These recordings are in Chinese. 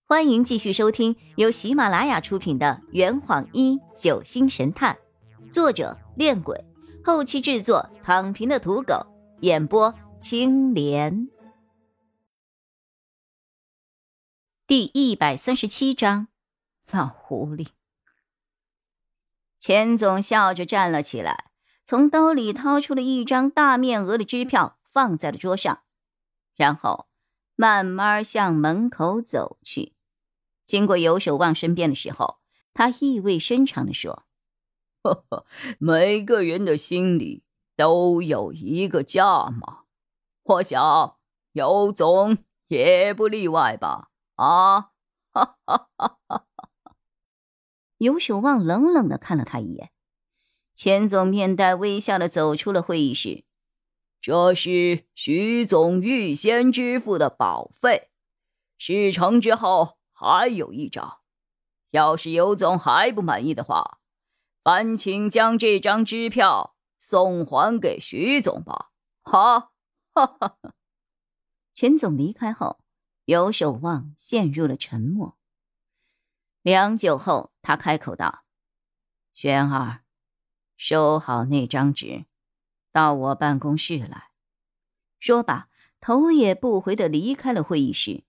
欢迎继续收听由喜马拉雅出品的《圆谎一九星神探》，作者恋鬼，后期制作躺平的土狗，演播青莲。第137章，老狐狸。钱总笑着站了起来，从兜里掏出了一张大面额的支票，放在了桌上，然后慢慢向门口走去。经过游守望身边的时候，他意味深长地说： 呵呵，每个人的心里都有一个价码，我想游总也不例外吧？啊，哈哈哈哈！ 游守望冷冷地看了他一眼，钱总面带微笑地走出了会议室。 这是徐总预先支付的保费，事成之后还有一张，要是游总还不满意的话，烦请将这张支票送还给徐总吧。哈哈哈！ 钱总离开后，游守望陷入了沉默。良久后，他开口道：玄儿，收好那张纸，到我办公室来。说罢，头也不回地离开了会议室。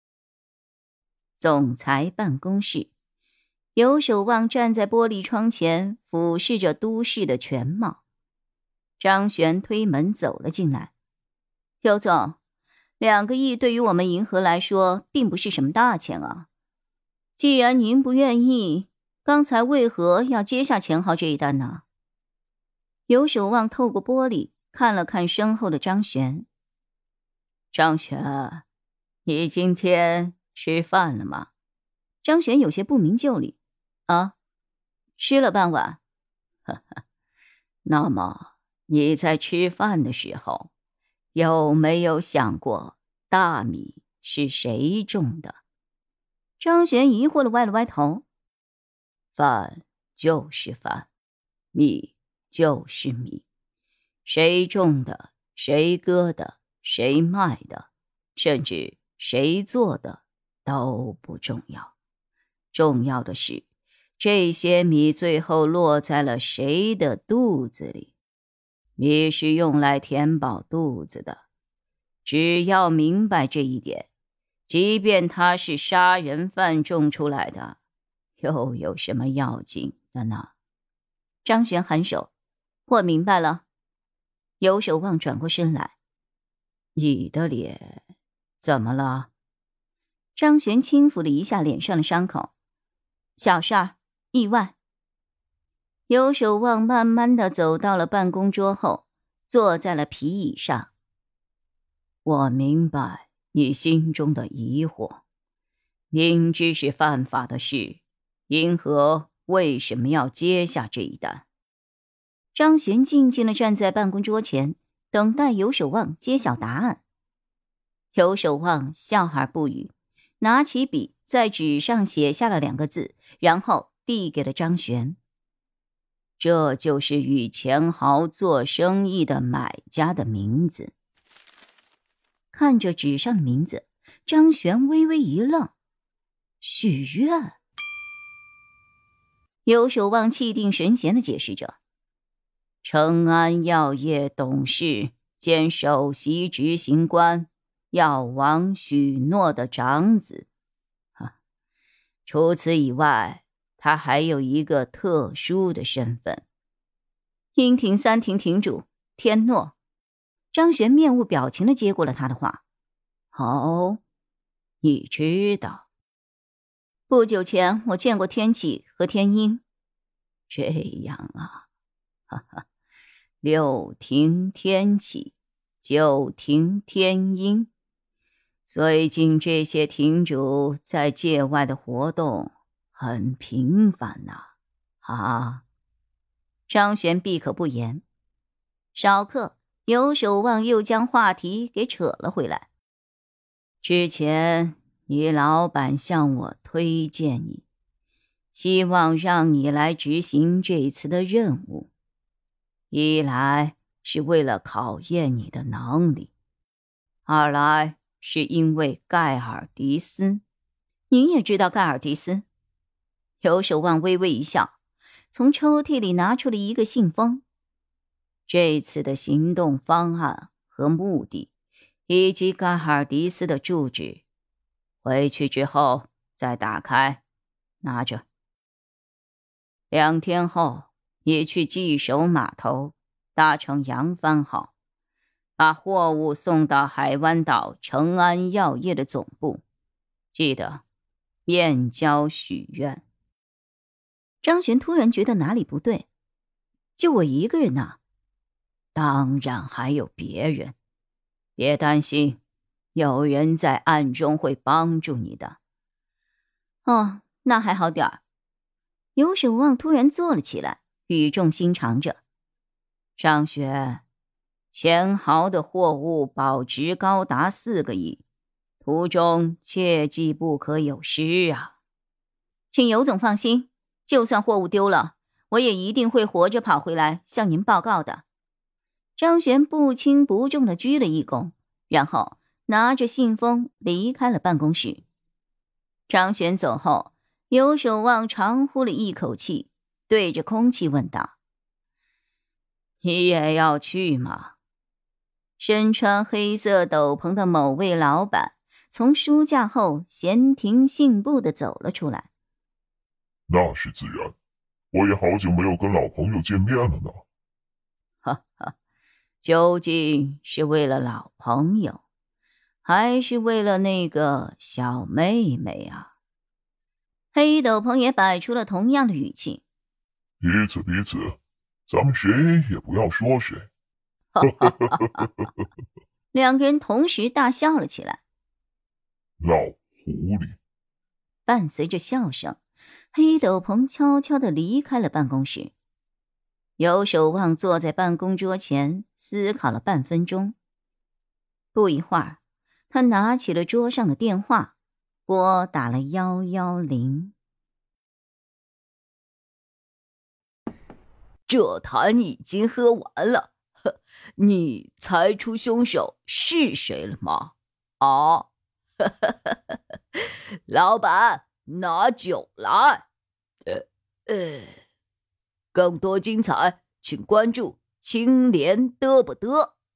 总裁办公室，游守望站在玻璃窗前，俯视着都市的全貌。张璇推门走了进来。游总，2个亿对于我们银河来说并不是什么大钱啊。既然您不愿意，刚才为何要接下钱豪这一单呢？游守望透过玻璃看了看身后的张璇。张璇，你今天吃饭了吗？张璇有些不明就里。啊，吃了半碗。呵呵，那么你在吃饭的时候，有没有想过大米是谁种的？张璇疑惑地歪了歪头。饭就是饭，米就是米，谁种的，谁割的，谁卖的，甚至谁做的都不重要，重要的是这些米最后落在了谁的肚子里。米是用来填饱肚子的，只要明白这一点，即便它是杀人犯种出来的，又有什么要紧的呢？张璇颔首，我明白了。游守望转过身来，你的脸怎么了？张璇轻抚了一下脸上的伤口。小事儿，意外。游守望慢慢地走到了办公桌后，坐在了皮椅上。我明白你心中的疑惑，明知是犯法的事，银河为什么要接下这一单？张璇静静地站在办公桌前，等待游守望揭晓答案。游守望笑而不语，拿起笔在纸上写下了2个字，然后递给了张璇。这就是与钱豪做生意的买家的名字。看着纸上的名字，张璇微微一愣。许愿。游守望气定神闲地解释着，成安药业董事兼首席执行官药王许诺的长子。除此以外，他还有一个特殊的身份。英庭3庭庭主天诺。张璇面无表情地接过了他的话。哦，你知道。不久前我见过天启和天鹰。这样啊，哈哈，6庭天启，9庭天鹰。最近这些庭主在界外的活动很频繁呐，啊！张璇闭口不言。少客，游守望又将话题给扯了回来。之前你老板向我推荐你，希望让你来执行这次的任务。一来是为了考验你的能力，二来是因为盖尔迪斯。 你也知道盖尔迪斯？尤守望微微一笑，从抽屉里拿出了一个信封。这次的行动方案和目的，以及盖尔迪斯的住址，回去之后再打开，拿着。2天后，你去蓟首码头搭乘扬帆号，把货物送到海湾岛成安药业的总部，记得面交许愿。张璇突然觉得哪里不对，就我一个人啊？当然还有别人，别担心，有人在暗中会帮助你的。哦，那还好点儿。尤守望突然坐了起来，语重心长着：张璇，钱豪的货物保值高达4个亿，途中切记不可有失啊！请尤总放心，就算货物丢了，我也一定会活着跑回来向您报告的。张璇不轻不重地鞠了一躬，然后拿着信封离开了办公室。张璇走后，尤守望长呼了一口气，对着空气问道：你也要去吗？身穿黑色斗篷的某位老板从书架后闲庭信步地走了出来。 那是自然，我也好久没有跟老朋友见面了呢。 哈哈，究竟是为了老朋友，还是为了那个小妹妹啊？黑斗篷也摆出了同样的语气。 彼此，咱们谁也不要说谁。 2个人同时大笑了起来。 老狐狸！ 伴随着笑声，黑斗篷悄悄地离开了办公室。尤守望坐在办公桌前思考了半分钟。不一会儿，他拿起了桌上的电话，拨打了110。 这坛已经喝完了，你猜出凶手是谁了吗？啊，老板，拿酒来。更多精彩，请关注青莲嘚不嘚。